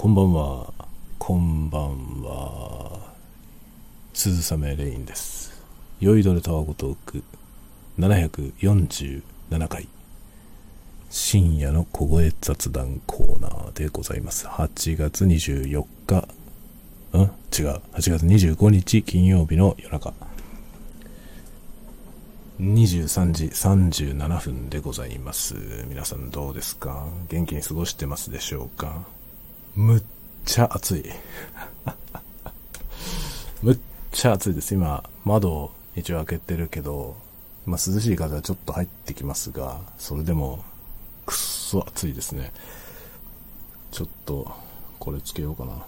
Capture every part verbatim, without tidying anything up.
こんばんは。こんばんは。鈴雨レインです。酔いどれタワゴトークななひゃくよんじゅうななかい、深夜の小声雑談コーナーでございます。はちがつにじゅうよっか、ん違う、はちがつにじゅうごにち金曜日の夜中にじゅうさんじさんじゅうななふんでございます。皆さんどうですか？元気に過ごしてますでしょうか？むっちゃ暑いむっちゃ暑いです。今窓を一応開けてるけど、まあ、涼しい風はちょっと入ってきますが、それでもくっそ暑いですね。ちょっとこれつけようかな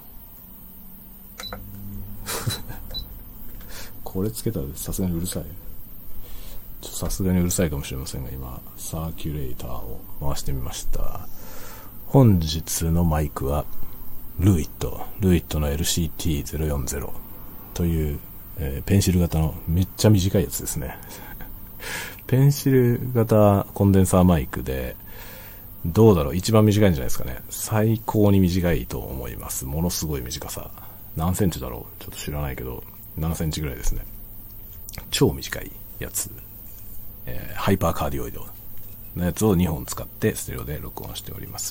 これつけたらさすがにうるさい。さすがにうるさいかもしれませんが、今サーキュレーターを回してみました。本日のマイクはルーイットルーイットの エルシーティーゼロよんゼロ という、えー、ペンシル型のめっちゃ短いやつですねペンシル型コンデンサーマイクで、どうだろう、一番短いんじゃないですかね。最高に短いと思います。ものすごい短さ。何センチだろう、ちょっと知らないけどななセンチぐらいですね。超短いやつ、えー、ハイパーカーディオイドのやつをにほん使ってステレオで録音しております。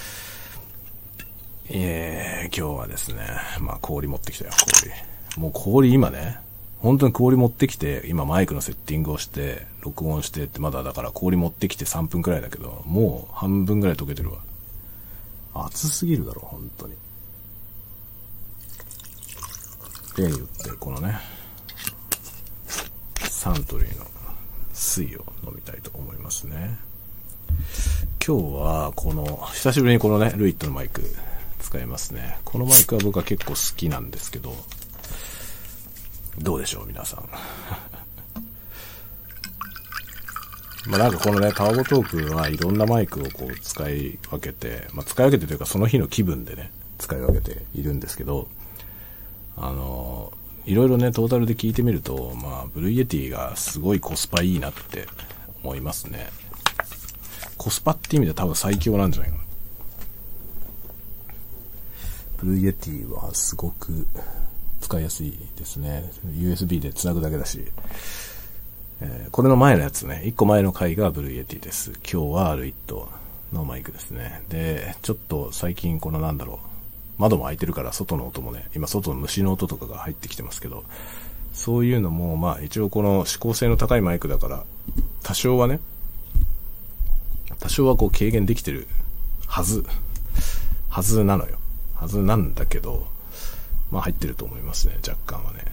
えー、今日はですね、まあ氷持ってきたよ。氷もう氷今ね、本当に氷持ってきて、今マイクのセッティングをして録音してって、まだだから氷持ってきてさんぷんくらいだけど、もう半分くらい溶けてるわ。暑すぎるだろ本当に。例によってこのねサントリーの水を飲みたいと思いますね。今日はこの久しぶりにこのねルイットのマイク使いますね。このマイクは僕は結構好きなんですけど、どうでしょう皆さんまあなんかこのねタワゴトークはいろんなマイクをこう使い分けて、まあ使い分けてというかその日の気分でね使い分けているんですけど、あのいろいろねトータルで聞いてみると、まあブルーイエティがすごいコスパいいなって思いますね。コスパって意味では多分最強なんじゃないかな。ブルーイエティはすごく使いやすいですね。 ユーエスビー でつなぐだけだし、えー、これの前のやつね、いっこまえの回がブルーイエティです。今日はルイットのマイクですね。でちょっと最近このなんだろう、窓も開いてるから外の音もね、今外の虫の音とかが入ってきてますけど、そういうのもまあ一応この指向性の高いマイクだから多少はね多少はこう軽減できてるはずはずなのよはずなんだけど、まあ入ってると思いますね、若干はね。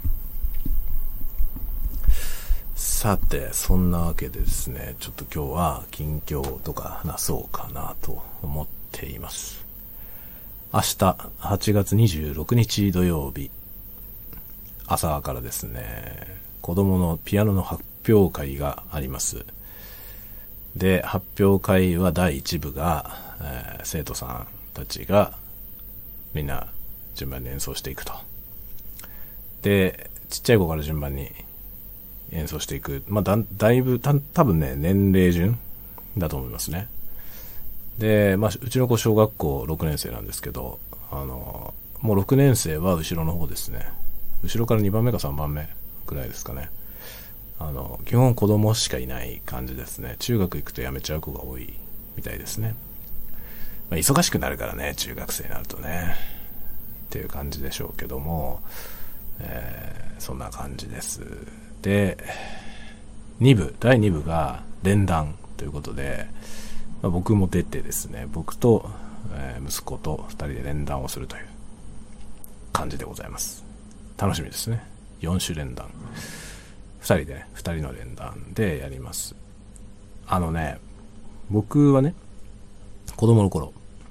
さてそんなわけでですね、ちょっと今日は近況とか話そうかなと思っています。明日はちがつにじゅうろくにち土曜日、朝からですね、子供のピアノの発表会があります。で発表会はだいいちぶが、えー、生徒さんたちがみんな順番に演奏していくと。でちっちゃい子から順番に演奏していく。まあだ、だいぶた多分ね年齢順だと思いますね。で、まあ、うちの子小学校ろくねんせいなんですけど、あのもうろくねんせいは後ろの方ですね。後ろからにばんめかさんばんめくらいですかね。あの基本子供しかいない感じですね。中学行くと辞めちゃう子が多いみたいですね。まあ、忙しくなるからね、中学生になるとねっていう感じでしょうけども、えー、そんな感じです。でにぶだいにぶが連弾ということで、まあ、僕も出てですね、僕と、えー、息子とふたりで連弾をするという感じでございます。楽しみですね。よんしゅ連弾、ふたりでね、ふたりの連弾でやります。あのね、僕はね子供の頃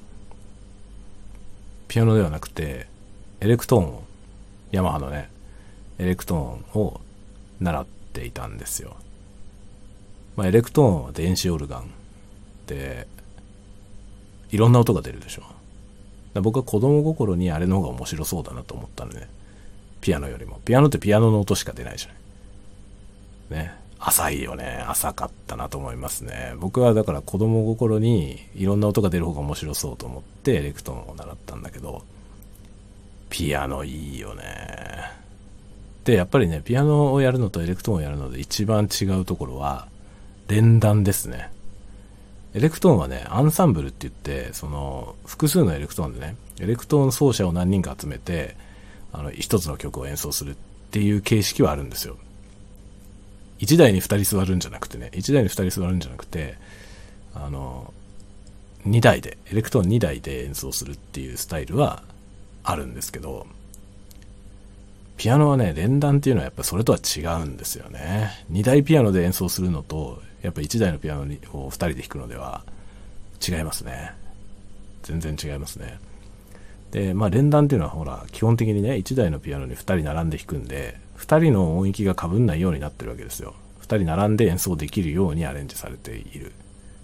ピアノではなくてエレクトーンを、ヤマハのねエレクトーンを習っていたんですよ。まあエレクトーンは電子オルガンでいろんな音が出るでしょ。だ僕は子供心にあれの方が面白そうだなと思ったのね、ピアノよりも。ピアノってピアノの音しか出ないじゃないね。 浅いよね。浅かったなと思いますね。僕はだから子供心にいろんな音が出る方が面白そうと思ってエレクトーンを習ったんだけど、ピアノいいよね。で、やっぱりね、ピアノをやるのとエレクトーンをやるので一番違うところは連弾ですね。エレクトーンはね、アンサンブルって言って、その複数のエレクトーンでね、エレクトーン奏者を何人か集めて、あの一つの曲を演奏するっていう形式はあるんですよ。一台に二人座るんじゃなくてね、一台に二人座るんじゃなくて、あの、二台で、エレクトーン二台で演奏するっていうスタイルはあるんですけど、ピアノはね、連弾っていうのはやっぱそれとは違うんですよね。二台ピアノで演奏するのと、やっぱ一台のピアノを二人で弾くのでは違いますね。全然違いますね。で、まあ連弾っていうのはほら、基本的にね、一台のピアノに二人並んで弾くんで、二人の音域が被んないようになってるわけですよ。二人並んで演奏できるようにアレンジされている。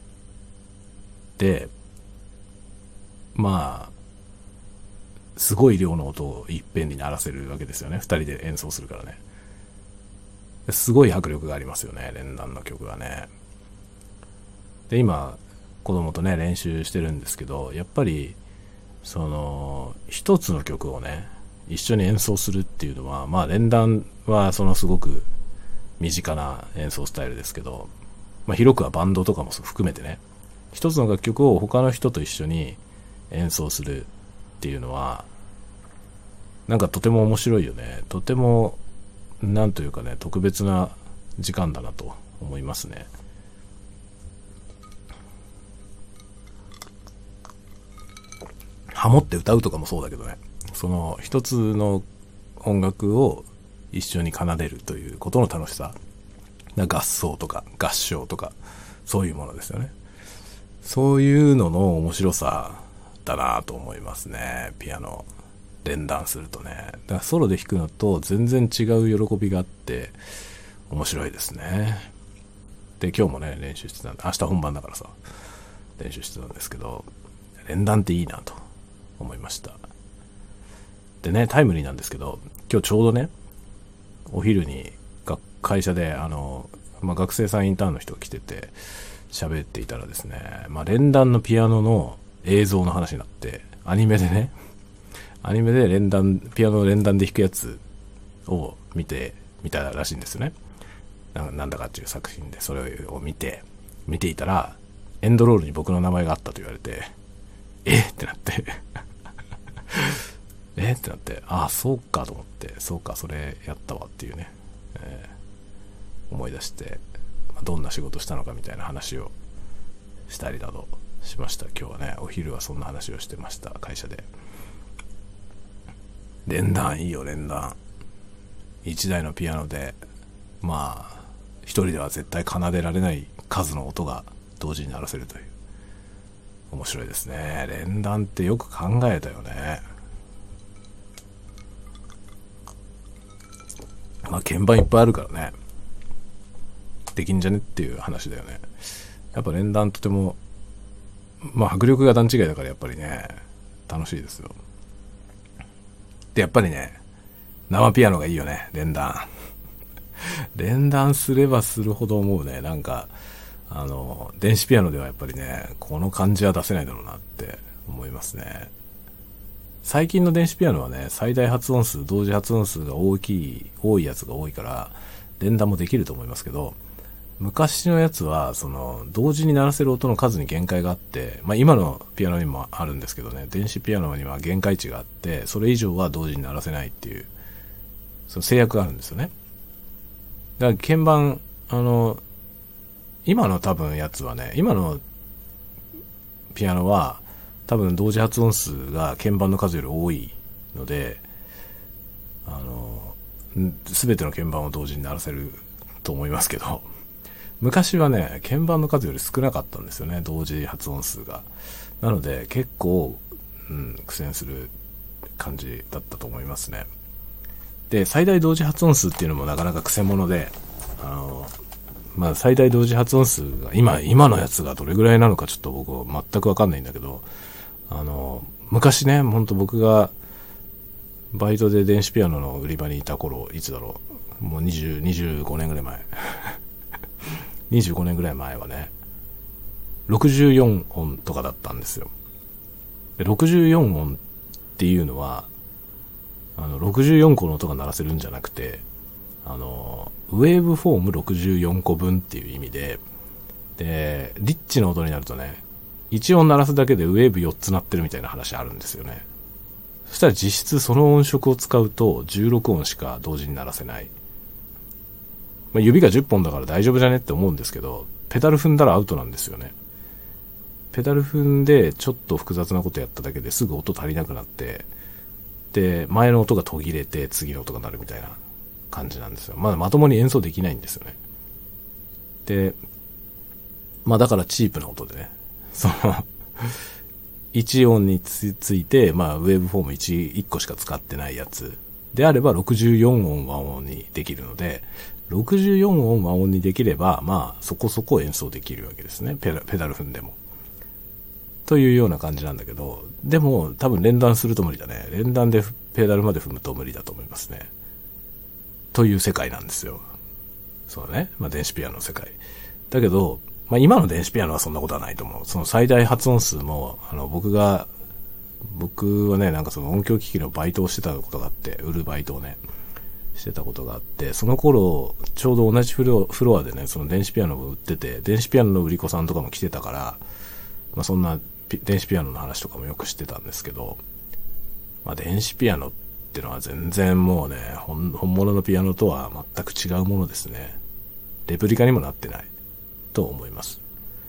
で、まあ、すごい量の音をいっぺんに鳴らせるわけですよね。二人で演奏するからね。すごい迫力がありますよね、連弾の曲はね。で、今、子供とね、練習してるんですけど、やっぱり、その、一つの曲をね、一緒に演奏するっていうのは、まあ連弾はそのすごく身近な演奏スタイルですけど、まあ広くはバンドとかも含めてね、一つの楽曲を他の人と一緒に演奏するっていうのは、なんかとても面白いよね。とても、なんというかね、特別な時間だなと思いますね。ハモって歌うとかもそうだけどね。その一つの音楽を一緒に奏でるということの楽しさ。合奏とか合唱とかそういうものですよね。そういうのの面白さだなと思いますね。ピアノ連弾するとね。だからソロで弾くのと全然違う喜びがあって面白いですね。で、今日もね練習してたんで、明日本番だからさ練習してたんですけど、連弾っていいなと思いました。でね、タイムリーなんですけど、今日ちょうどね、お昼に会社であの、まあ、学生さんインターンの人が来てて喋っていたらですね、まあ、連弾のピアノの映像の話になって、アニメでね、アニメで連弾、ピアノの連弾で弾くやつを見てみたらしいんですよね。なんだかっていう作品でそれを見て見ていたら、エンドロールに僕の名前があったと言われて、えってなってえってなって、ああそうかと思って、そうかそれやったわっていうね、えー、思い出して、どんな仕事したのかみたいな話をしたりなどしました。今日はね、お昼はそんな話をしてました、会社で。連弾いいよ、連弾。一台のピアノで、まあ一人では絶対奏でられない数の音が同時に鳴らせるという、面白いですね。連弾ってよく考えたよね。まあ鍵盤いっぱいあるからね、できんじゃねっていう話だよね。やっぱ連弾とても、まあ迫力が段違いだからやっぱりね、楽しいですよ。で、やっぱりね、生ピアノがいいよね、連弾。連弾すればするほど思うね。なんか、あの、電子ピアノではやっぱりね、この感じは出せないだろうなって思いますね。最近の電子ピアノはね、最大発音数、同時発音数が大きい、多いやつが多いから、連弾もできると思いますけど、昔のやつは、その、同時に鳴らせる音の数に限界があって、まあ今のピアノにもあるんですけどね、電子ピアノには限界値があって、それ以上は同時に鳴らせないっていう、その制約があるんですよね。だから鍵盤、あの、今の多分やつはね、今のピアノは、多分同時発音数が鍵盤の数より多いので、あの、すべての鍵盤を同時に鳴らせると思いますけど、昔はね、鍵盤の数より少なかったんですよね、同時発音数が。なので結構、うん、苦戦する感じだったと思いますね。で、最大同時発音数っていうのもなかなか苦戦もので、あの、まあ最大同時発音数が今、今のやつがどれぐらいなのかちょっと僕は全くわかんないんだけど、あの、昔ね、ほんと僕がバイトで電子ピアノの売り場にいた頃、いつだろう、もうにじゅう、にじゅうごねんぐらい前にじゅうごねんぐらい前はね、ろくじゅうよんおんとかだったんですよ。でろくじゅうよんおんっていうのは、あの、ろくじゅうよんこの音が鳴らせるんじゃなくて、あの、ウェーブフォームろくじゅうよんこぶんっていう意味で、で、リッチな音になるとね、いち音鳴らすだけでウェーブよっつ鳴ってるみたいな話あるんですよね。そしたら実質その音色を使うとじゅうろくおんしか同時に鳴らせない。まあ、指がじゅっぽんだから大丈夫じゃねって思うんですけど、ペダル踏んだらアウトなんですよね。ペダル踏んでちょっと複雑なことやっただけですぐ音足りなくなって、で、前の音が途切れて次の音が鳴るみたいな感じなんですよ。まだまともに演奏できないんですよね。で、まあだからチープな音でね、その、いち音に つ, ついて、まあウェーブフォーム 1, 1個しか使ってないやつであればろくじゅうよんおん和音にできるので、ろくじゅうよんおん和音にできれば、まあそこそこ演奏できるわけですね。ペダ, ペダル踏んでも。というような感じなんだけど、でも多分連弾すると無理だね。連弾でペダルまで踏むと無理だと思いますね。という世界なんですよ。そうね。まあ電子ピアノの世界。だけど、まあ今の電子ピアノはそんなことはないと思う。その最大発音数も、あの僕が、僕はね、なんかその音響機器のバイトをしてたことがあって、売るバイトをね、してたことがあって、その頃、ちょうど同じフロフロアでね、その電子ピアノを売ってて、電子ピアノの売り子さんとかも来てたから、まあそんな電子ピアノの話とかもよく知ってたんですけど、まあ電子ピアノってのは全然もうね、本, 本物のピアノとは全く違うものですね。レプリカにもなってないと思います。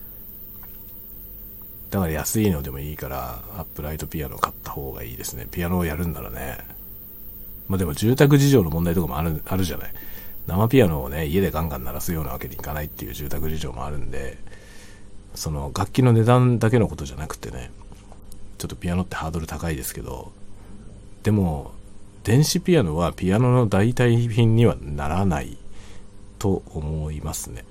だから安いのでもいいからアップライトピアノ買った方がいいですね。ピアノをやるんならね。まあでも住宅事情の問題とかもある、あるじゃない。生ピアノをね、家でガンガン鳴らすようなわけにいかないっていう住宅事情もあるんで、その楽器の値段だけのことじゃなくてね、ちょっとピアノってハードル高いですけど、でも電子ピアノはピアノの代替品にはならないと思いますね。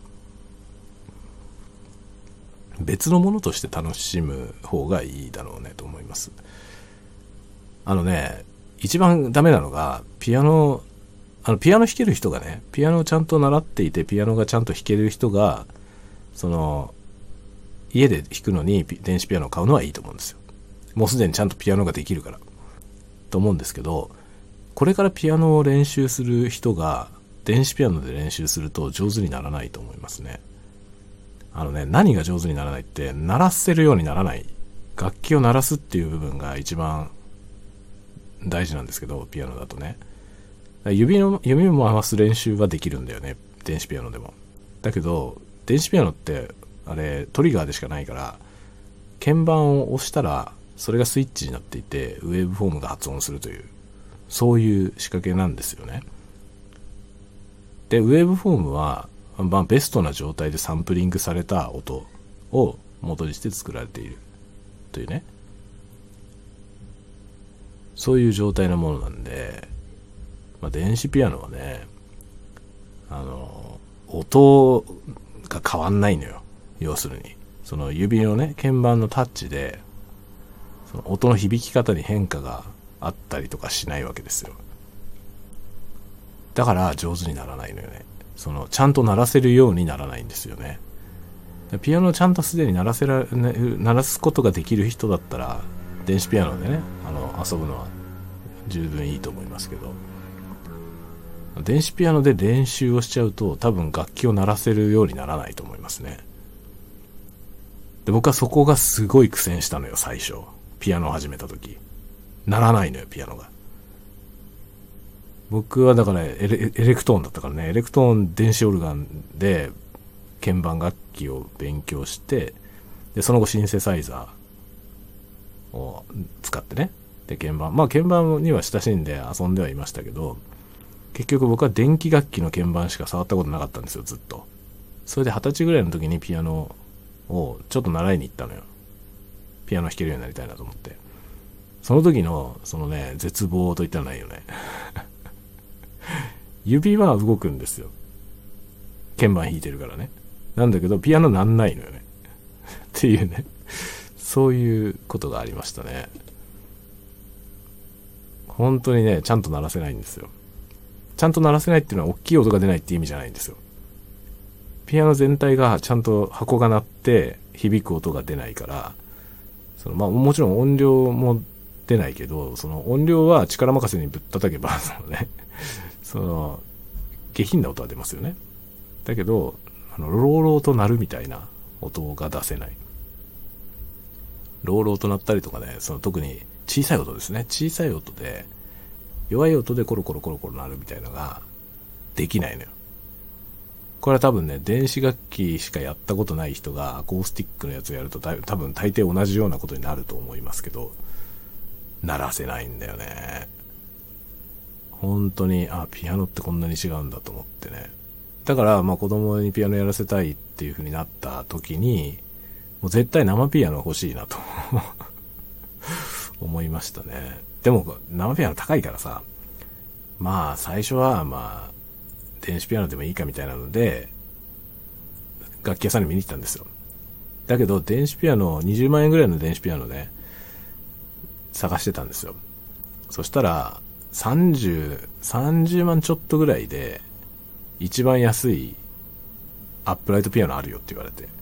別のものとして楽しむ方がいいだろうねと思います。あのね、一番ダメなのがピアノ、あのピアノ弾ける人がね、ピアノをちゃんと習っていてピアノがちゃんと弾ける人が、その家で弾くのに電子ピアノを買うのはいいと思うんですよ。もうすでにちゃんとピアノができるからと思うんですけど、これからピアノを練習する人が電子ピアノで練習すると上手にならないと思いますね。あのね、何が上手にならないって、鳴らせるようにならない。楽器を鳴らすっていう部分が一番大事なんですけど、ピアノだとね。指の、指を回す練習はできるんだよね、電子ピアノでも。だけど、電子ピアノって、あれ、トリガーでしかないから、鍵盤を押したら、それがスイッチになっていて、ウェーブフォームが発音するという、そういう仕掛けなんですよね。で、ウェーブフォームは、まあ、ベストな状態でサンプリングされた音を元にして作られているというね、そういう状態のものなんで、まあ、電子ピアノはね、あの音が変わんないのよ。要するにその指のね、鍵盤のタッチでその音の響き方に変化があったりとかしないわけですよ。だから上手にならないのよね。そのちゃんと鳴らせるようにならないんですよね。ピアノをちゃんとすでに鳴らせら、ね、鳴らすことができる人だったら電子ピアノでね、あの遊ぶのは十分いいと思いますけど、電子ピアノで練習をしちゃうと多分楽器を鳴らせるようにならないと思いますね。で、僕はそこがすごい苦戦したのよ。最初ピアノを始めた時鳴らないのよ、ピアノが。僕はだからエレ、エレクトーンだったからね、エレクトーン電子オルガンで鍵盤楽器を勉強して、でその後シンセサイザーを使ってね、で鍵盤、まあ鍵盤には親しんで遊んではいましたけど、結局僕は電気楽器の鍵盤しか触ったことなかったんですよ、ずっと。それで二十歳ぐらいの時にピアノをちょっと習いに行ったのよ。ピアノ弾けるようになりたいなと思って。その時のそのね、絶望といったらないよね指は動くんですよ、鍵盤弾いてるからね。なんだけどピアノなんないのよねっていうね、そういうことがありましたね。本当にね、ちゃんと鳴らせないんですよ。ちゃんと鳴らせないっていうのは大きい音が出ないって意味じゃないんですよ。 ピアノ全体がちゃんと箱が鳴って響く音が出ないから、そのまあもちろん音量も出ないけど、その音量は力任せにぶったたけば、そのね、その下品な音は出ますよね。だけど、あの、ローローと鳴るみたいな音が出せない。ローローと鳴ったりとかね、その特に小さい音ですね。小さい音で、弱い音でコロコロコロコロ鳴るみたいなのができないのよ。これは多分ね、電子楽器しかやったことない人がアコースティックのやつをやると多分大抵同じようなことになると思いますけど、鳴らせないんだよね。本当に、あ、ピアノってこんなに違うんだと思ってね。だから、まあ子供にピアノやらせたいっていう風になった時に、もう絶対生ピアノ欲しいなと思いましたね。でも生ピアノ高いからさ、まあ最初はまあ電子ピアノでもいいかみたいなので楽器屋さんに見に行ったんですよ。だけど電子ピアノにじゅうまんえんぐらいの電子ピアノね探してたんですよ。そしたらさんじゅう、さんじゅうまんちょっとぐらいで一番安いアップライトピアノあるよって言われて、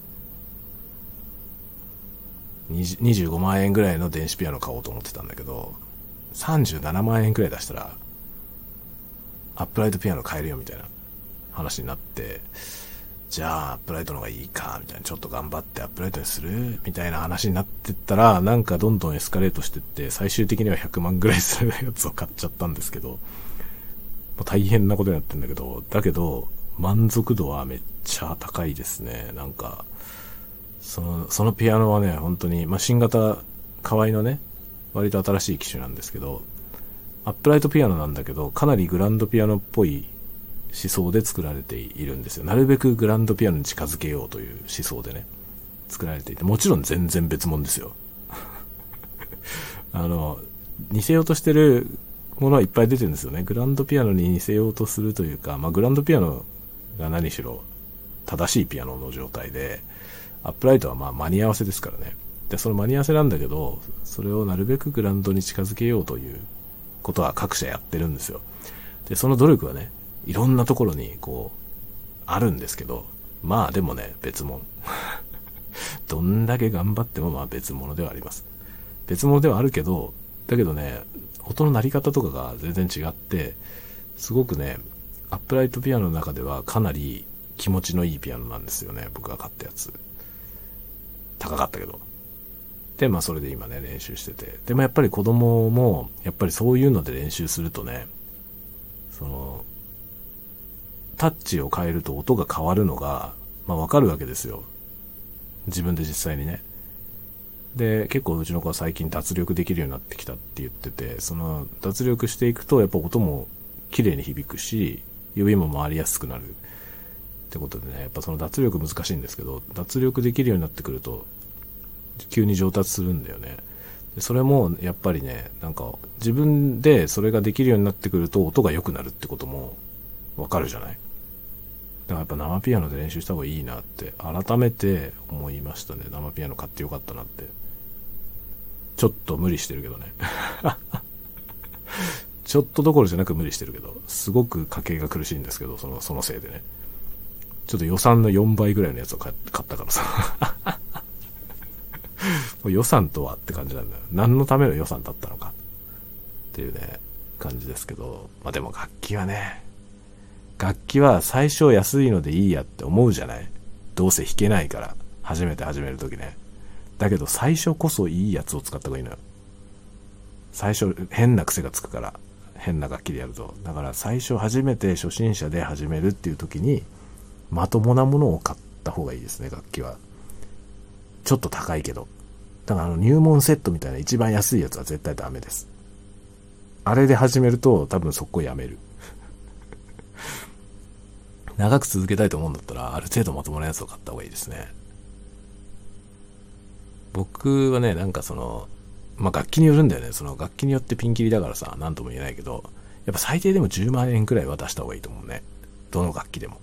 にじゅうごまんえんぐらいの電子ピアノ買おうと思ってたんだけど、さんじゅうななまんえんくらい出したらアップライトピアノ買えるよみたいな話になって、じゃあアップライトの方がいいかみたいな、ちょっと頑張ってアップライトにするみたいな話になってったら、なんかどんどんエスカレートしてって、最終的にはひゃくまんぐらいするやつを買っちゃったんですけど、もう大変なことになってんだけど、だけど満足度はめっちゃ高いですね。なんかそのそのピアノはね、本当にまあ新型可愛いのね、割と新しい機種なんですけど、アップライトピアノなんだけど、かなりグランドピアノっぽい思想で作られているんですよ。なるべくグランドピアノに近づけようという思想でね、作られていて、もちろん全然別物ですよ。あの、似せようとしてるものはいっぱい出てるんですよね。グランドピアノに似せようとするというか、まあグランドピアノが何しろ正しいピアノの状態で、アップライトはまあ間に合わせですからね。で、その間に合わせなんだけど、それをなるべくグランドに近づけようということは各社やってるんですよ。で、その努力はね、いろんなところにこうあるんですけど、まあでもね、別物。どんだけ頑張ってもまあ別物ではあります。別物ではあるけど、だけどね、音の鳴り方とかが全然違って、すごくね、アップライトピアノの中ではかなり気持ちのいいピアノなんですよね。僕が買ったやつ。高かったけど。で、まあそれで今ね、練習してて。でもやっぱり子供も、やっぱりそういうので練習するとね、その、タッチを変えると音が変わるのが、まあわかるわけですよ。自分で実際にね。で、結構うちの子は最近脱力できるようになってきたって言ってて、その脱力していくとやっぱ音も綺麗に響くし、指も回りやすくなるってことでね、やっぱその脱力難しいんですけど、脱力できるようになってくると急に上達するんだよね。でそれもやっぱりね、なんか自分でそれができるようになってくると音が良くなるってこともわかるじゃない。だからやっぱ生ピアノで練習した方がいいなって改めて思いましたね。生ピアノ買ってよかったなって。ちょっと無理してるけどね。ちょっとどころじゃなく無理してるけど、すごく家計が苦しいんですけど、その、そのせいでね。ちょっと予算のよんばいぐらいのやつを買ったからさ。予算とはって感じなんだよ。何のための予算だったのかっていうね、感じですけど。まあでも楽器はね、楽器は最初安いのでいいやって思うじゃない。どうせ弾けないから、初めて始めるときね。だけど最初こそいいやつを使った方がいいのよ。最初変な癖がつくから、変な楽器でやると。だから最初初めて初心者で始めるっていう時にまともなものを買った方がいいですね。楽器はちょっと高いけど、だからあの入門セットみたいな一番安いやつは絶対ダメです。あれで始めると多分そこやめる。長く続けたいと思うんだったらある程度まともなやつを買った方がいいですね。僕はね、なんかそのまあ楽器によるんだよね。その楽器によってピンキリだからさ、なんとも言えないけど、やっぱ最低でもじゅうまんえんくらいは出した方がいいと思うね。どの楽器でも。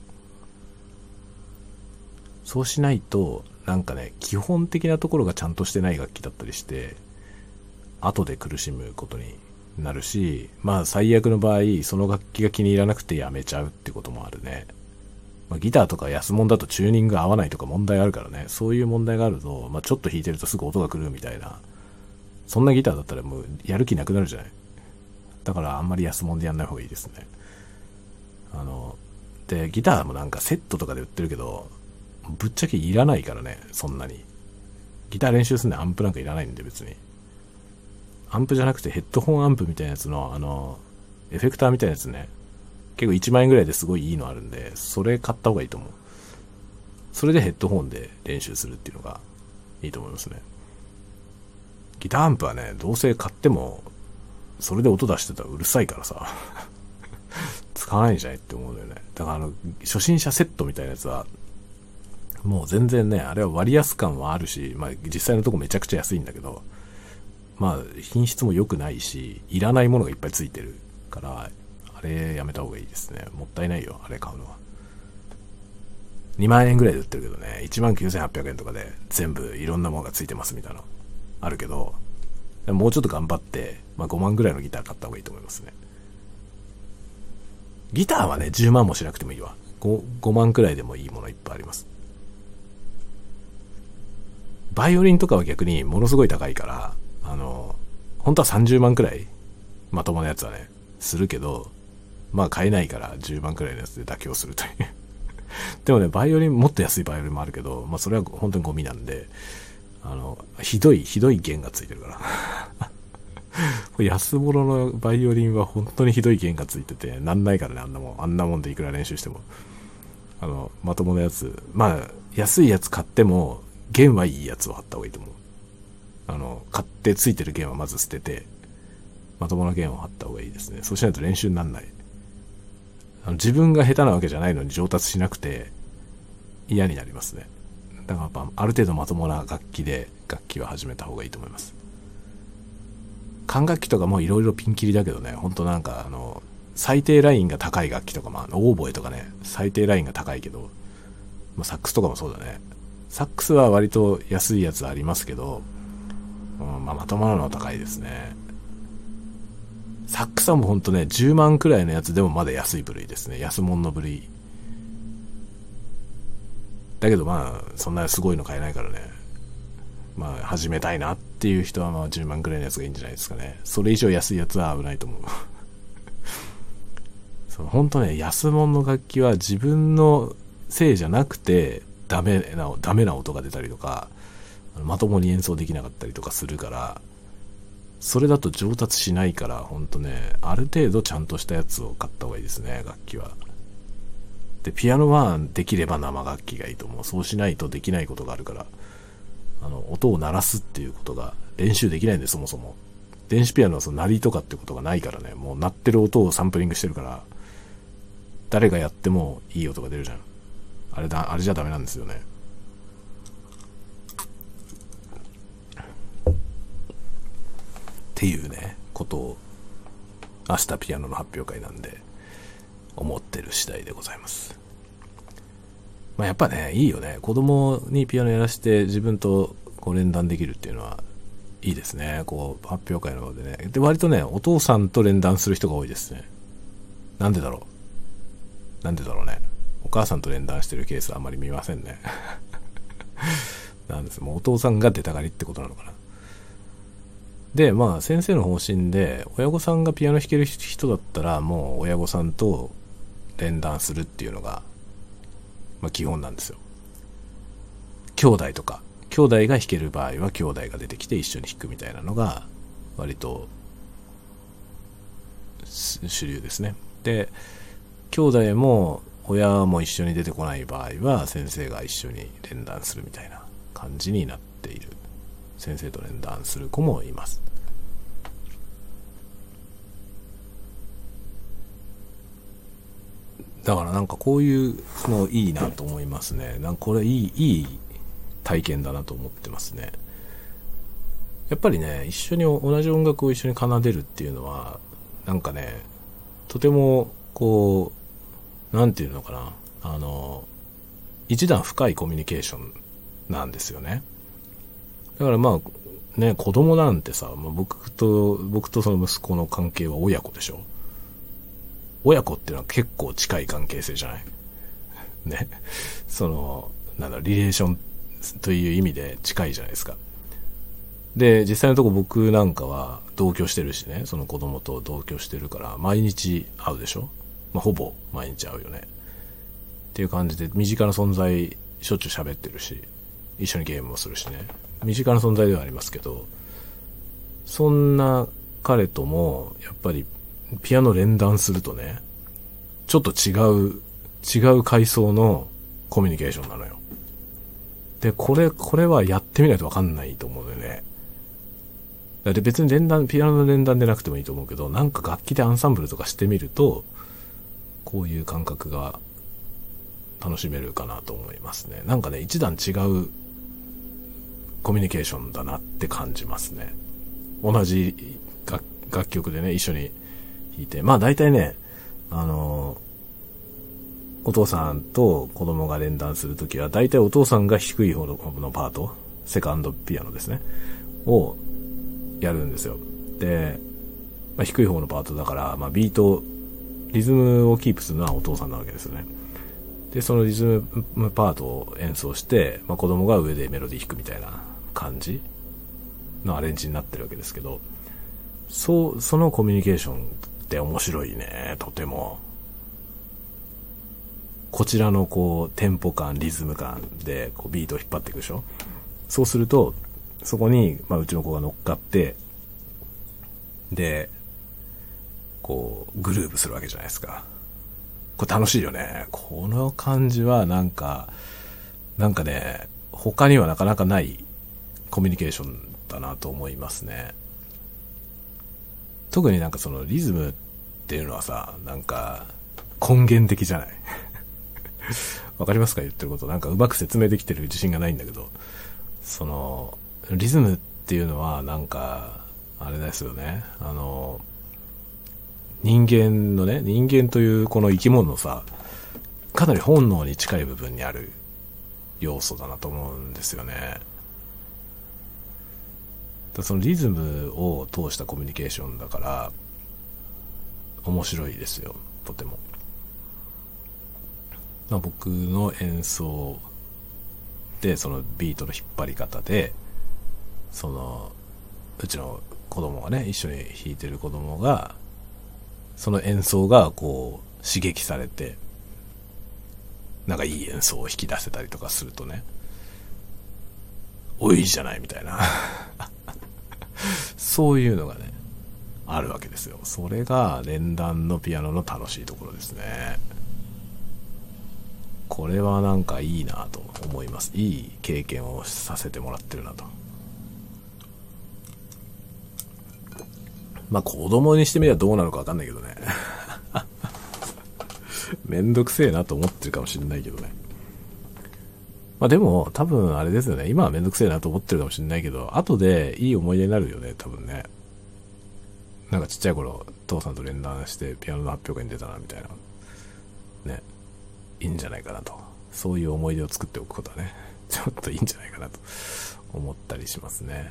そうしないと、なんかね、基本的なところがちゃんとしてない楽器だったりして、後で苦しむことになるし、まあ最悪の場合、その楽器が気に入らなくてやめちゃうってこともあるね。 まあ、ギターとか安物だとチューニング合わないとか問題あるからね。そういう問題があると、まあ、ちょっと弾いてるとすぐ音が来るみたいな。そんなギターだったらもうやる気なくなるじゃない。だからあんまり安物でやんない方がいいですね。あの、で、ギターもなんかセットとかで売ってるけど、ぶっちゃけいらないからね、そんなに。ギター練習するんでアンプなんかいらないんで別に。アンプじゃなくてヘッドホンアンプみたいなやつの、あの、エフェクターみたいなやつね。結構いちまん円ぐらいですごいいいのあるんで、それ買った方がいいと思う。それでヘッドホンで練習するっていうのがいいと思いますね。ギターアンプはね、どうせ買っても、それで音出してたらうるさいからさ、使わないんじゃないって思うのよね。だからあの、初心者セットみたいなやつは、もう全然ね、あれは割安感はあるし、まあ実際のとこめちゃくちゃ安いんだけど、まあ品質も良くないし、いらないものがいっぱいついてるから、あれやめた方がいいですね。もったいないよ、あれ買うのは。にまん円ぐらいで売ってるけどね、いちまんきゅうせんはっぴゃくえんとかで全部いろんなものがついてますみたいなのあるけど、もうちょっと頑張って、まあごまんぐらいのギター買った方がいいと思いますね。ギターはね、じゅうまんもしなくてもいいわ。5、ごまんくらいでもいいものいっぱいあります。バイオリンとかは逆にものすごい高いから、あの、本当はさんじゅうまんくらい、まともなやつはね、するけど、まあ買えないからじゅうまんくらいのやつで妥協するという。でもね、バイオリン、もっと安いバイオリンもあるけど、まあそれは本当にゴミなんで、あの、ひどい、ひどい弦がついてるから。安物のバイオリンは本当にひどい弦がついてて、なんないからね、あんなもん、あんなもんでいくら練習しても。あの、まともなやつ、まあ、安いやつ買っても、弦はいいやつを貼った方がいいと思う。あの、買ってついてる弦はまず捨てて、まともな弦を貼った方がいいですね。そうしないと練習にならない。あの自分が下手なわけじゃないのに上達しなくて嫌になりますね。だからやっぱある程度まともな楽器で楽器は始めた方がいいと思います。管楽器とかもいろいろピンキリだけどね、ほんとなんかあの、最低ラインが高い楽器とか、まあ、オーボエとかね、最低ラインが高いけど、まあ、サックスとかもそうだね。サックスは割と安いやつありますけど、うん、まあ、まともなのは高いですね。サックスはもうほんとね、じゅうまんくらいのやつでもまだ安い部類ですね。安物の部類。だけどまあ、そんなすごいの買えないからね。まあ、始めたいなっていう人はまあじゅうまんくらいのやつがいいんじゃないですかね。それ以上安いやつは危ないと思う。そう、ほんとね、安物の楽器は自分のせいじゃなくて、ダメな、ダメな音が出たりとか、まともに演奏できなかったりとかするから、それだと上達しないから、ほんとね、ある程度ちゃんとしたやつを買った方がいいですね、楽器は。で、ピアノはできれば生楽器がいいと思う。そうしないとできないことがあるから、あの、音を鳴らすっていうことが練習できないんで、そもそも。電子ピアノはその鳴りとかってことがないからね、もう鳴ってる音をサンプリングしてるから、誰がやってもいい音が出るじゃん。あれだ、あれじゃダメなんですよね。っていうね、ことを、明日ピアノの発表会なんで、思ってる次第でございます。まあやっぱね、いいよね。子供にピアノやらせて自分とこう連弾できるっていうのはいいですね。こう、発表会の方でね。で、割とね、お父さんと連弾する人が多いですね。なんでだろう。なんでだろうね。お母さんと連弾してるケースはあんまり見ませんね。なんです。もうお父さんが出たがりってことなのかな。で、まあ先生の方針で、親御さんがピアノ弾ける人だったら、もう親御さんと連弾するっていうのが、まあ基本なんですよ。兄弟とか、兄弟が弾ける場合は兄弟が出てきて一緒に弾くみたいなのが、割と主流ですね。で、兄弟も親も一緒に出てこない場合は、先生が一緒に連弾するみたいな感じになっている。先生と連弾する子もいます。だからなんかこういうのいいなと思いますね。なんかこれいい、いい体験だなと思ってますね。やっぱりね、一緒に同じ音楽を一緒に奏でるっていうのは、なんかね、とてもこう、なんていうのかな、あの、一段深いコミュニケーションなんですよね。だからまあ、ね、子供なんてさ、まあ、僕と、僕とその息子の関係は親子でしょ。親子っていうのは結構近い関係性じゃない。 ね。その、なんだろう、リレーションという意味で近いじゃないですか。で、実際のとこ僕なんかは同居してるしね、その子供と同居してるから毎日会うでしょ。まあ、ほぼ毎日会うよね。っていう感じで身近な存在しょっちゅう喋ってるし、一緒にゲームもするしね。身近な存在ではありますけど、そんな彼ともやっぱりピアノ連弾するとね、ちょっと違う違う階層のコミュニケーションなのよ。で、これこれはやってみないと分かんないと思うのよね。で別に連弾、ピアノの連弾でなくてもいいと思うけど、なんか楽器でアンサンブルとかしてみると、こういう感覚が楽しめるかなと思いますね。なんかね、一段違うコミュニケーションだなって感じますね。同じ 楽, 楽曲でね、一緒に弾いて。まあ大体ね、あの、お父さんと子供が連弾するときは、大体お父さんが低い方のパート、セカンドピアノですね、をやるんですよ。で、まあ、低い方のパートだから、まあ、ビート、リズムをキープするのはお父さんなわけですよね。で、そのリズムパートを演奏して、まあ、子供が上でメロディー弾くみたいな感じのアレンジになってるわけですけど、そう、そのコミュニケーションって面白いね、とても。こちらのこう、テンポ感、リズム感でこうビートを引っ張っていくでしょ。そうすると、そこに、まあ、うちの子が乗っかって、で、こう、グルーブするわけじゃないですか。これ楽しいよね。この感じはなんか、なんかね、他にはなかなかないコミュニケーションだなと思いますね。特になんかそのリズムっていうのはさ、なんか根源的じゃないわかりますか言ってること。なんかうまく説明できてる自信がないんだけど、その、リズムっていうのはなんか、あれですよね。あの、人間のね、人間というこの生き物のさ、かなり本能に近い部分にある要素だなと思うんですよね。だそのリズムを通したコミュニケーションだから、面白いですよ、とても。まあ、僕の演奏で、そのビートの引っ張り方で、その、うちの子供がね、一緒に弾いてる子供が、その演奏がこう刺激されて、なんかいい演奏を引き出せたりとかするとね、おいいじゃないみたいなそういうのがね、あるわけですよ。それが連弾のピアノの楽しいところですね。これはなんかいいなと思います。いい経験をさせてもらってるなと。まあ子供にしてみればどうなのかわかんないけどねめんどくせえなと思ってるかもしれないけどね。まあでも多分あれですよね。今はめんどくせえなと思ってるかもしれないけど、後でいい思い出になるよね、多分ね。なんかちっちゃい頃父さんと連弾してピアノの発表会に出たなみたいなね、いいんじゃないかなと。そういう思い出を作っておくことはね、ちょっといいんじゃないかなと思ったりしますね。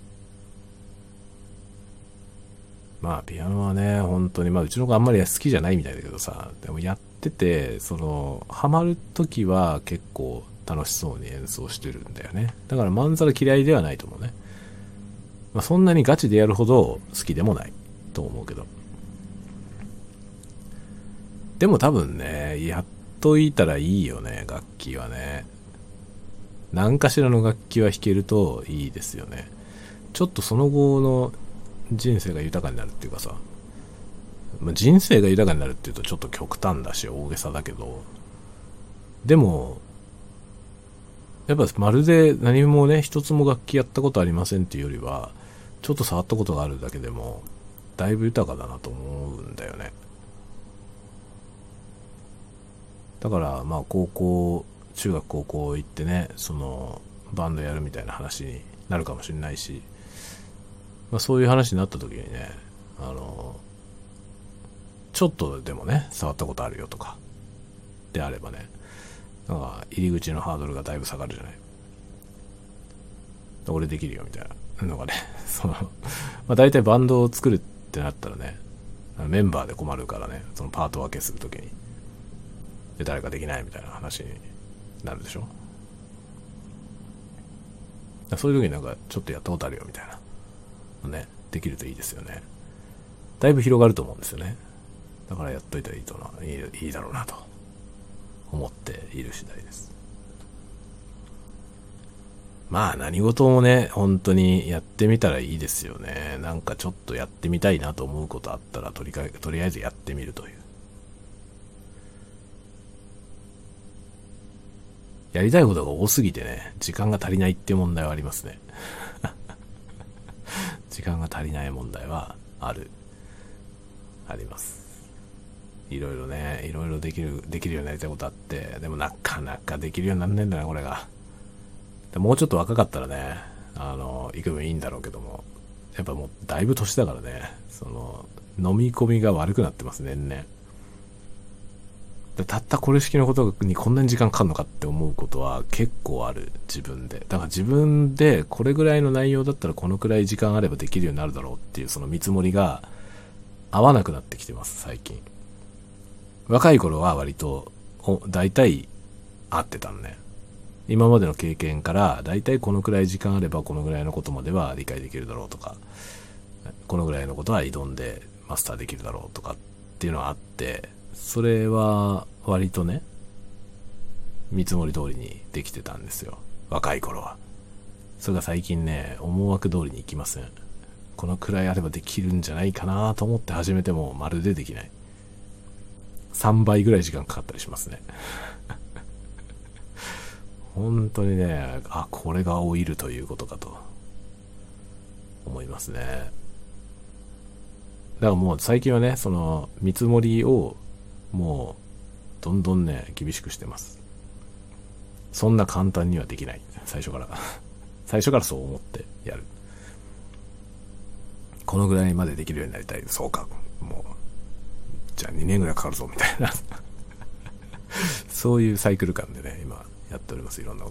まあピアノはね、本当にまあうちの子あんまり好きじゃないみたいだけどさ、でもやってて、そのハマるときは結構楽しそうに演奏してるんだよね。だからまんざら嫌いではないと思うね。まあそんなにガチでやるほど好きでもないと思うけど。でも多分ね、やっといたらいいよね、楽器はね。何かしらの楽器は弾けるといいですよね。ちょっとその後の人生が豊かになるっていうかさ、まあ、人生が豊かになるっていうとちょっと極端だし大げさだけど、でもやっぱまるで何もね、一つも楽器やったことありませんっていうよりは、ちょっと触ったことがあるだけでもだいぶ豊かだなと思うんだよね。だからまあ高校、中学高校行ってね、そのバンドやるみたいな話になるかもしれないし、まあ、そういう話になった時にね、あのちょっとでもね触ったことあるよとかであればね、なんか入り口のハードルがだいぶ下がるじゃない。俺できるよみたいなのがねその、まあ、大体バンドを作るってなったらね、メンバーで困るからね、そのパート分けするときにで、誰かできないみたいな話になるでしょ。そういう時になんかちょっとやったことあるよみたいなね、できるといいですよね。だいぶ広がると思うんですよね。だからやっといたらいいとな、いい、いいだろうなと思っている次第です。まあ何事もね、本当にやってみたらいいですよね。なんかちょっとやってみたいなと思うことあったらとりかえ、とりあえずやってみるという。やりたいことが多すぎてね、時間が足りないっていう問題はありますね。時間が足りない問題はある。あります。いろいろね、いろいろできる、できるようになりたいことあって、でもなかなかできるようになんねえんだな、これが。もうちょっと若かったらね、あの、幾分いいんだろうけども、やっぱもうだいぶ年だからね、その、飲み込みが悪くなってますね、年々。たったこれ式のことにこんなに時間かかるのかって思うことは結構ある、自分で。だから自分でこれぐらいの内容だったらこのくらい時間あればできるようになるだろうっていうその見積もりが合わなくなってきてます、最近。若い頃は割と、大体合ってたのね。今までの経験から大体このくらい時間あればこのぐらいのことまでは理解できるだろうとか、このぐらいのことは挑んでマスターできるだろうとかっていうのがあって、それは割とね、見積もり通りにできてたんですよ、若い頃は。それが最近ね、思惑通りにいきません。このくらいあればできるんじゃないかなと思って始めてもまるでできない。さんばいぐらい時間かかったりしますね。本当にね、あ、これが老いるということかと思いますね。だからもう最近はね、その見積もりをもうどんどんね、厳しくしてます。そんな簡単にはできない、最初から最初からそう思ってやる。このぐらいまでできるようになりたい。そうか、もうじゃあにねんぐらいかかるぞみたいなそういうサイクル感でね、今やっております、いろんなこと。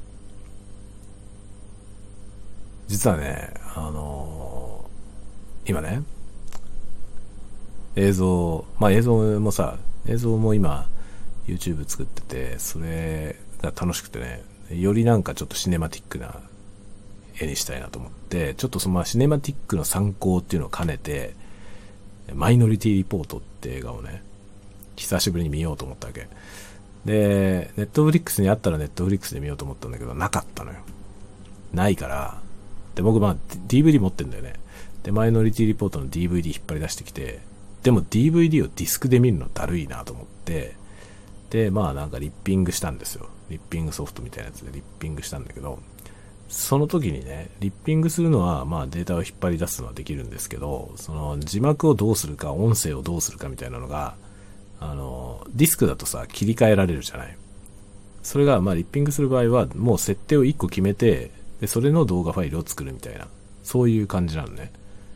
実はね、あのー、今ね、映像、まあ映像もさ、映像も今 YouTube 作ってて、それが楽しくてね、よりなんかちょっとシネマティックな絵にしたいなと思って、ちょっとそのシネマティックの参考っていうのを兼ねて、マイノリティリポートって映画をね、久しぶりに見ようと思ったわけ。で、ネットフリックスにあったらネットフリックスで見ようと思ったんだけど、なかったのよ。ないから、で、僕まあ ディーブイディー 持ってんだよね。で、マイノリティリポートの ディーブイディー 引っ張り出してきて、でも ディーブイディー をディスクで見るのだるいなと思って、で、まあなんかリッピングしたんですよ。リッピングソフトみたいなやつでリッピングしたんだけど、その時にね、リッピングするのは、まあデータを引っ張り出すのはできるんですけど、その字幕をどうするか、音声をどうするかみたいなのが、あの、ディスクだとさ、切り替えられるじゃない。それが、まあリッピングする場合は、もう設定をいっこ決めて、で、それの動画ファイルを作るみたいな、そういう感じなのね。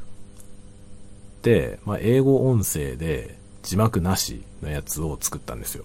で、まあ英語音声で字幕なしのやつを作ったんですよ。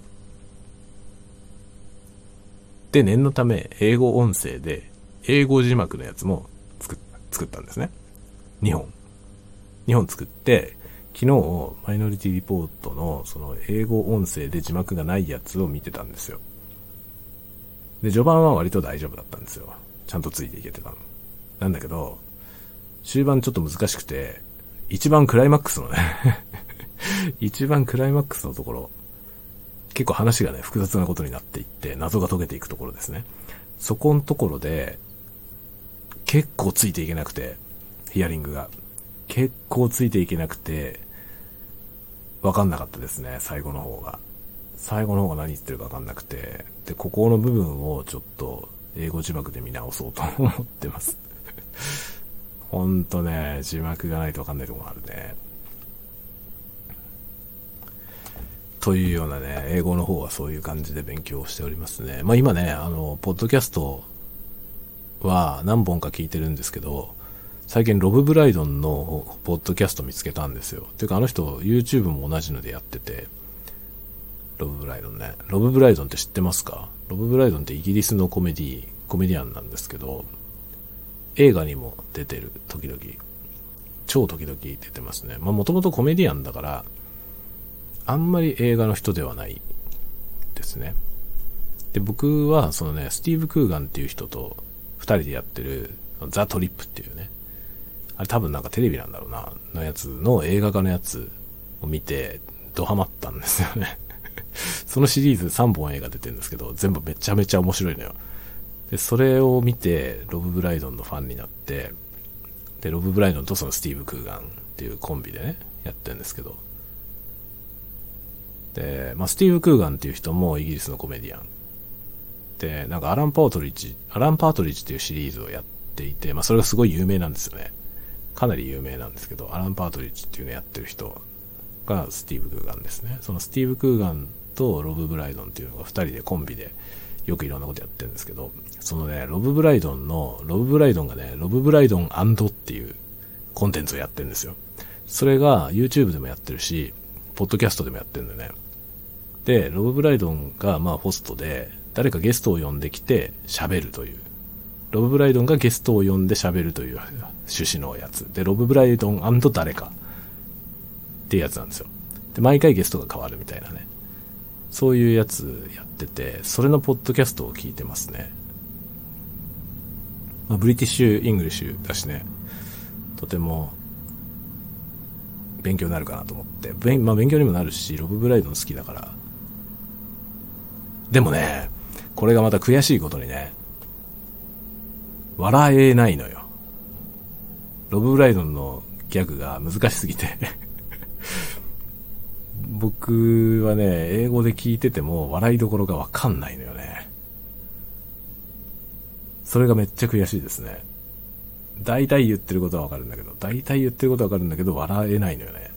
で、念のため、英語音声で、英語字幕のやつも作っ、作ったんですね。にほん。にほん作って、昨日、マイノリティリポートの、その、英語音声で字幕がないやつを見てたんですよ。で、序盤は割と大丈夫だったんですよ。ちゃんとついていけてたの。なんだけど、終盤ちょっと難しくて、一番クライマックスのね、一番クライマックスのところ、結構話がね、複雑なことになっていって、謎が解けていくところですね。そこのところで、結構ついていけなくて、ヒアリングが。結構ついていけなくて、わかんなかったですね、最後の方が。最後の方が何言ってるかわかんなくて、で、ここの部分をちょっと、英語字幕で見直そうと思ってます。ほんとね、字幕がないとわかんないところがあるね。というようなね、英語の方はそういう感じで勉強しておりますね。まあ今ね、あの、ポッドキャストは何本か聞いてるんですけど、最近ロブ・ブライドンのポッドキャスト見つけたんですよ。ていうかあの人 YouTube も同じのでやってて、ロブ・ブライドンね。ロブ・ブライドンって知ってますか？ロブ・ブライドンってイギリスのコメディ、コメディアンなんですけど、映画にも出てる、時々。超時々出てますね。まあもともとコメディアンだから、あんまり映画の人ではないですね。で、僕はそのね、スティーブ・クーガンっていう人と二人でやってるザ・トリップっていうね、あれ多分なんかテレビなんだろうな、のやつの映画化のやつを見て、ドハマったんですよね。そのシリーズさんぼん映画出てるんですけど、全部めちゃめちゃ面白いのよ。で、それを見て、ロブ・ブライドンのファンになって、で、ロブ・ブライドンとそのスティーブ・クーガンっていうコンビでね、やってるんですけど。で、まあ、スティーブ・クーガンっていう人もイギリスのコメディアン。で、なんかアラン・パートリッジ、アラン・パートリッジっていうシリーズをやっていて、まあ、それがすごい有名なんですよね。かなり有名なんですけど、アラン・パートリッジっていうのをやってる人がスティーブ・クーガンですね。そのスティーブ・クーガンとロブ・ブライドンっていうのが二人でコンビでよくいろんなことやってるんですけど、そのね、ロブ・ブライドンの、ロブ・ブライドンがね、ロブ・ブライドン&っていうコンテンツをやってるんですよ。それが YouTube でもやってるし、ポッドキャストでもやってるんだよね。で、ロブ・ブライドンがまあホストで、誰かゲストを呼んできて喋るという。ロブ・ブライドンがゲストを呼んで喋るという趣旨のやつ。で、ロブ・ブライドン&誰かっていうやつなんですよ。で、毎回ゲストが変わるみたいなね。そういうやつやってて、それのポッドキャストを聞いてますね。まあ、ブリティッシュ・イングリッシュだしね。とても勉強になるかなと思って。勉、まあ勉強にもなるし、ロブ・ブライドン好きだから。でもね、これがまた悔しいことにね、笑えないのよ。ロブ・ブライドンのギャグが難しすぎて僕はね、英語で聞いてても笑いどころがわかんないのよね。それがめっちゃ悔しいですね。大体言ってることはわかるんだけど、大体言ってることはわかるんだけど、笑えないのよね。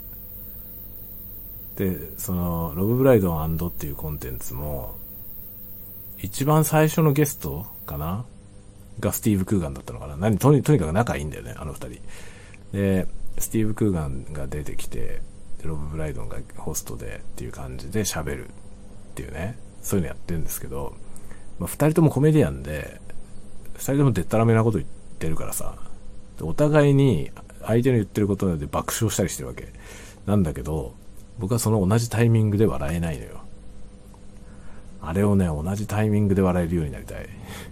で、その、ロブ・ブライドン&っていうコンテンツも、一番最初のゲストかながスティーブ・クーガンだったのかな。何とに、とにかく仲いいんだよね、あの二人。で、スティーブ・クーガンが出てきて、ロブ・ブライドンがホストでっていう感じで喋るっていうね、そういうのやってるんですけど、まあ、二人ともコメディアンで、二人ともでったらめなこと言ってるからさ、お互いに相手の言ってることで爆笑したりしてるわけなんだけど、僕はその同じタイミングで笑えないのよ。あれをね、同じタイミングで笑えるようになりたい。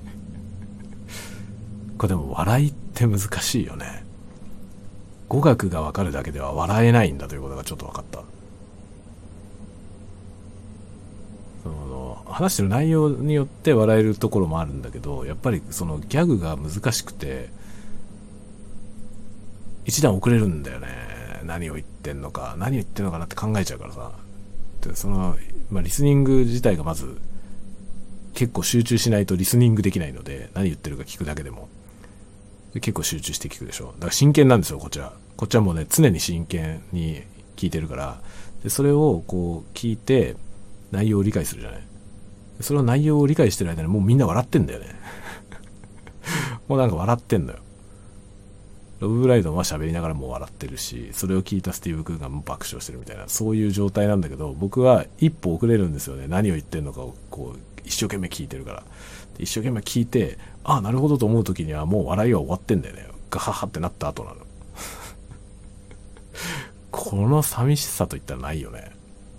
これでも笑いって難しいよね。語学がわかるだけでは笑えないんだということがちょっと分かった。その話してる内容によって笑えるところもあるんだけど、やっぱりそのギャグが難しくて一段遅れるんだよね。何を言ってんのか何を言ってんのかなって考えちゃうからさ。でその、まあ、リスニング自体がまず結構集中しないとリスニングできないので、何言ってるか聞くだけでもで結構集中して聞くでしょ。だから真剣なんですよ、こっちは。こっちはもうね、常に真剣に聞いてるから、でそれをこう聞いて内容を理解するじゃない。それを内容を理解してる間にもうみんな笑ってんだよね。もうなんか笑ってんのよ。ロブ・ブライドンは喋りながらもう笑ってるし、それを聞いたスティーブ・クーガンも爆笑してるみたいな、そういう状態なんだけど、僕は一歩遅れるんですよね。何を言ってんのかをこう一生懸命聞いてるから。で一生懸命聞いて、ああなるほどと思う時にはもう笑いが終わってんだよね。ガハハってなった後なの。この寂しさといったらないよね。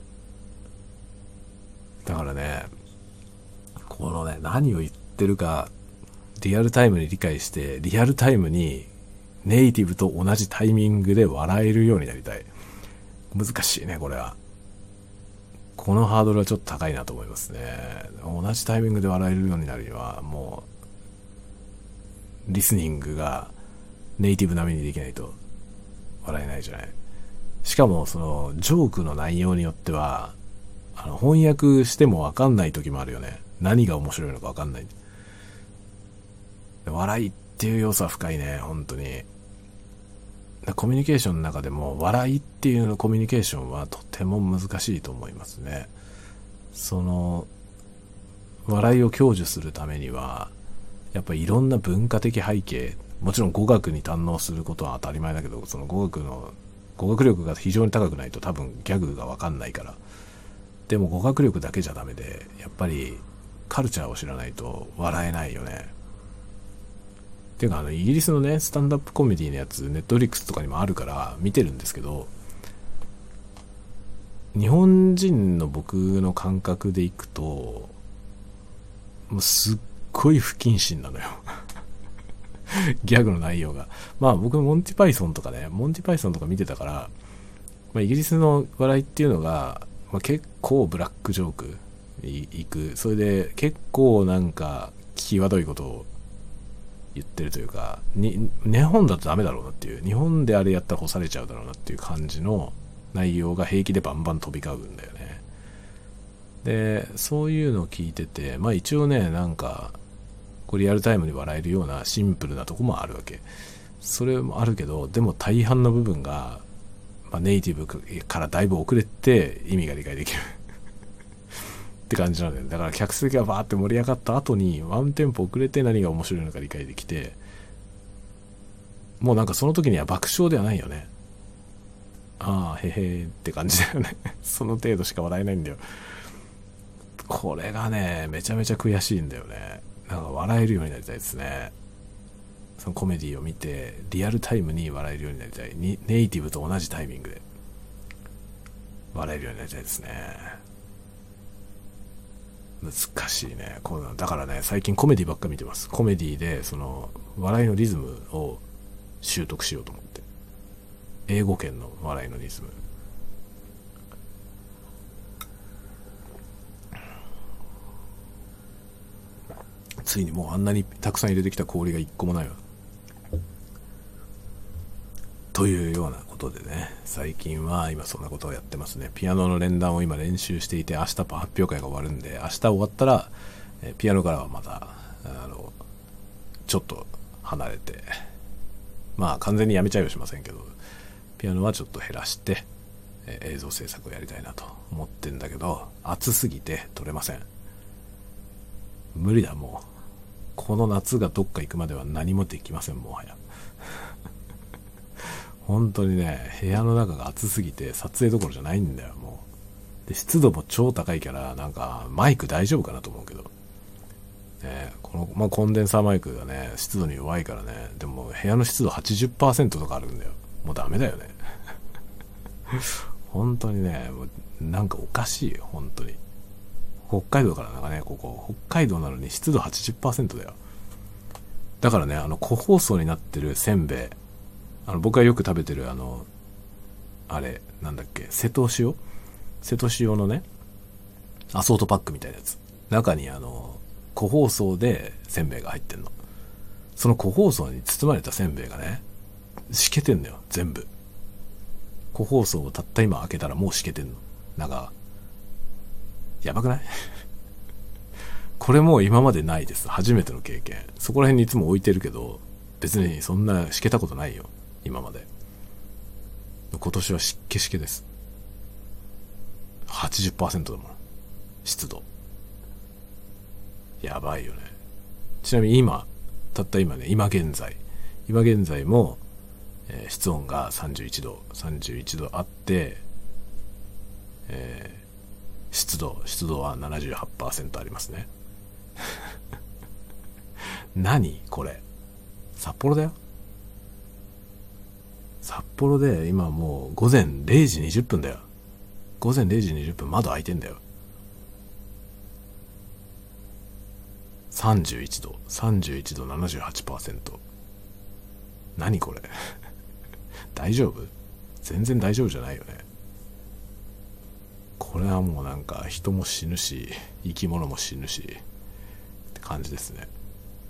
だからね、このね、何を言ってるかリアルタイムに理解して、リアルタイムにネイティブと同じタイミングで笑えるようになりたい。難しいね、これは。このハードルはちょっと高いなと思いますね。同じタイミングで笑えるようになるには、もう、リスニングがネイティブ並みにできないと笑えないじゃない。しかも、その、ジョークの内容によっては、あの翻訳してもわかんない時もあるよね。何が面白いのかわかんない。笑いっていう要素は深いね、本当に。コミュニケーションの中でも笑いっていうのコミュニケーションはとても難しいと思いますね。その笑いを享受するためにはやっぱりいろんな文化的背景、もちろん語学に堪能することは当たり前だけど、その語学の語学力が非常に高くないと多分ギャグが分かんないから。でも語学力だけじゃダメで、やっぱりカルチャーを知らないと笑えないよね。っていうか、あのイギリスのねスタンダップコメディのやつネットフリックスとかにもあるから見てるんですけど、 日本人の僕の感覚でいくと、もうすっごい不謹慎なのよ。ギャグの内容が。まあ僕モンティパイソンとかね、モンティパイソンとか見てたから、まあ、イギリスの笑いっていうのが、まあ、結構ブラックジョークいく。それで結構なんか際どいことを言ってるというか、に日本だとダメだろうなっていう、日本であれやったら干されちゃうだろうなっていう感じの内容が平気でバンバン飛び交うんだよね。で、そういうのを聞いてて、まあ一応ね、なんかこうリアルタイムに笑えるようなシンプルなとこもあるわけ。それもあるけど、でも大半の部分が、まあ、ネイティブからだいぶ遅れて意味が理解できるって感じなんだよね。だから客席がバーって盛り上がった後にワンテンポ遅れて何が面白いのか理解できて、もうなんかその時には爆笑ではないよね。ああ、へへって感じだよね。その程度しか笑えないんだよ。これがね、めちゃめちゃ悔しいんだよね。なんか笑えるようになりたいですね。そのコメディを見てリアルタイムに笑えるようになりたい。にネイティブと同じタイミングで笑えるようになりたいですね。難しいね。こうだからね、最近コメディばっか見てます。コメディでその笑いのリズムを習得しようと思って。英語圏の笑いのリズム。ついにもうあんなにたくさん入れてきた氷が一個もないわ。というようなことでね、最近は今そんなことをやってますね。ピアノの連弾を今練習していて、明日発表会が終わるんで、明日終わったら、えピアノからはまたあのちょっと離れて、まあ完全にやめちゃいはしませんけど、ピアノはちょっと減らして、え映像制作をやりたいなと思ってんだけど、暑すぎて撮れません。無理だ、もうこの夏がどっか行くまでは何もできません、もはや。本当にね、部屋の中が暑すぎて撮影どころじゃないんだよ、もう。で、湿度も超高いから、なんかマイク大丈夫かなと思うけど。ね、この、まあ、コンデンサーマイクがね、湿度に弱いからね、でも部屋の湿度 はちじゅっパーセント とかあるんだよ。もうダメだよね。本当にね、もうなんかおかしいよ、本当に。北海道からなんかね、ここ、北海道なのに湿度 はちじゅっパーセント だよ。だからね、あの、個包装になってるせんべい、あの、僕がよく食べてるあの、あれ、なんだっけ、瀬戸塩瀬戸塩のね、アソートパックみたいなやつ。中にあの、個包装でせんべいが入ってんの。その個包装に包まれたせんべいがね、しけてんのよ、全部。個包装をたった今開けたらもうしけてんの。なんか、やばくない？これもう今までないです。初めての経験。そこら辺にいつも置いてるけど、別にそんなしけたことないよ。今まで。今年は湿気湿気です。はちじゅっパーセント だもん。湿度。やばいよね。ちなみに今、たった今ね、今現在。今現在も、えー、室温がさんじゅういちど、さんじゅういちどあって、えー、湿度、湿度は ななじゅうはちパーセント ありますね。何これ。札幌だよ。札幌で今もう午前れいじにじゅっぷんだよ。午前れいじにじゅっぷん窓開いてんだよ。さんじゅういちど、さんじゅういちど ななじゅうはちパーセント。何これ。大丈夫？全然大丈夫じゃないよね。これはもうなんか人も死ぬし、生き物も死ぬしって感じですね。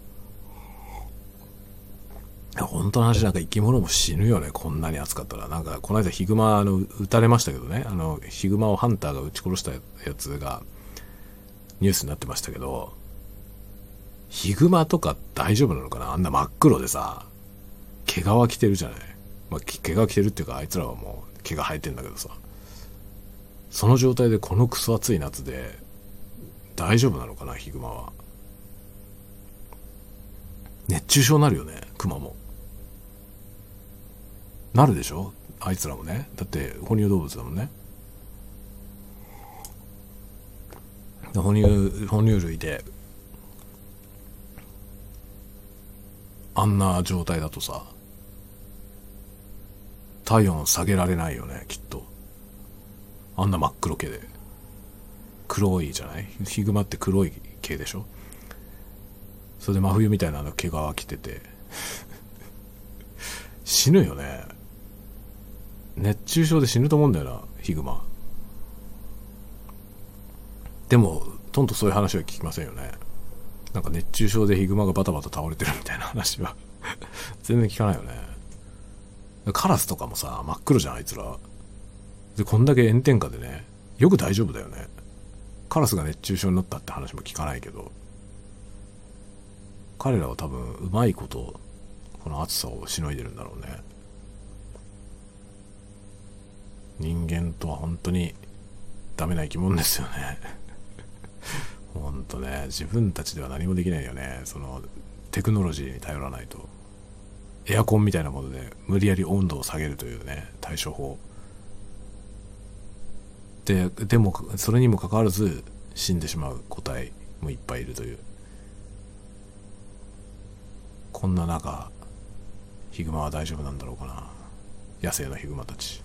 本当の話、なんか生き物も死ぬよね、こんなに暑かったら。なんかこの間ヒグマあの撃たれましたけどね、あのヒグマをハンターが撃ち殺したやつがニュースになってましたけど、ヒグマとか大丈夫なのかな。あんな真っ黒でさ、毛皮着てるじゃない。まあ、毛皮着てるっていうか、あいつらはもう毛が生えてんだけどさ、その状態でこのクソ暑い夏で大丈夫なのかな、ヒグマは。熱中症になるよね、クマも。なるでしょ、あいつらもね。だって哺乳動物だもんね。哺乳哺乳類であんな状態だとさ、体温下げられないよね、きっと。 あんな真っ黒系で。黒いじゃない？ヒグマって黒い系でしょ？それで真冬みたいな毛が着てて死ぬよね。熱中症で死ぬと思うんだよな、ヒグマ。でもとんとそういう話は聞きませんよね。なんか熱中症でヒグマがバタバタ倒れてるみたいな話は全然聞かないよね。カラスとかもさ、真っ黒じゃんあいつらで。こんだけ炎天下でね、よく大丈夫だよね。カラスが熱中症になったって話も聞かないけど、彼らは多分うまいことこの暑さをしのいでるんだろうね。人間とは本当にダメな生き物ですよね本当ね、自分たちでは何もできないよね。そのテクノロジーに頼らないと。エアコンみたいなもので無理やり温度を下げるというね、対処法で、でもそれにもかかわらず死んでしまう個体もいっぱいいるという。こんな中ヒグマは大丈夫なんだろうかな。野生のヒグマたち。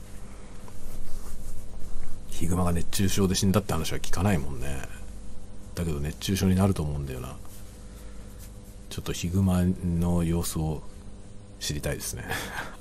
ヒグマが熱中症で死んだって話は聞かないもんね。だけど熱中症になると思うんだよな。ちょっとヒグマの様子を知りたいですね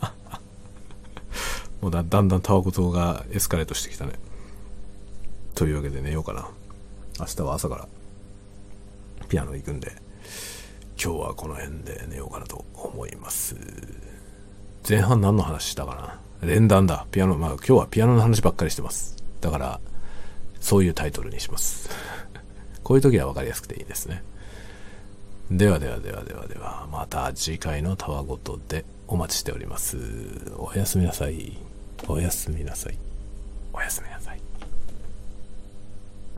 もう だ, だんだんタワゴトがエスカレートしてきたね。というわけで寝ようかな。明日は朝からピアノ行くんで、今日はこの辺で寝ようかなと思います。前半何の話したかな。連弾だ。ピアノ、まあ今日はピアノの話ばっかりしてます。だからそういうタイトルにしますこういう時は分かりやすくていいですね。ではではではではでは、また次回のたわごとでお待ちしております。おやすみなさい。おやすみなさい。おやすみなさい。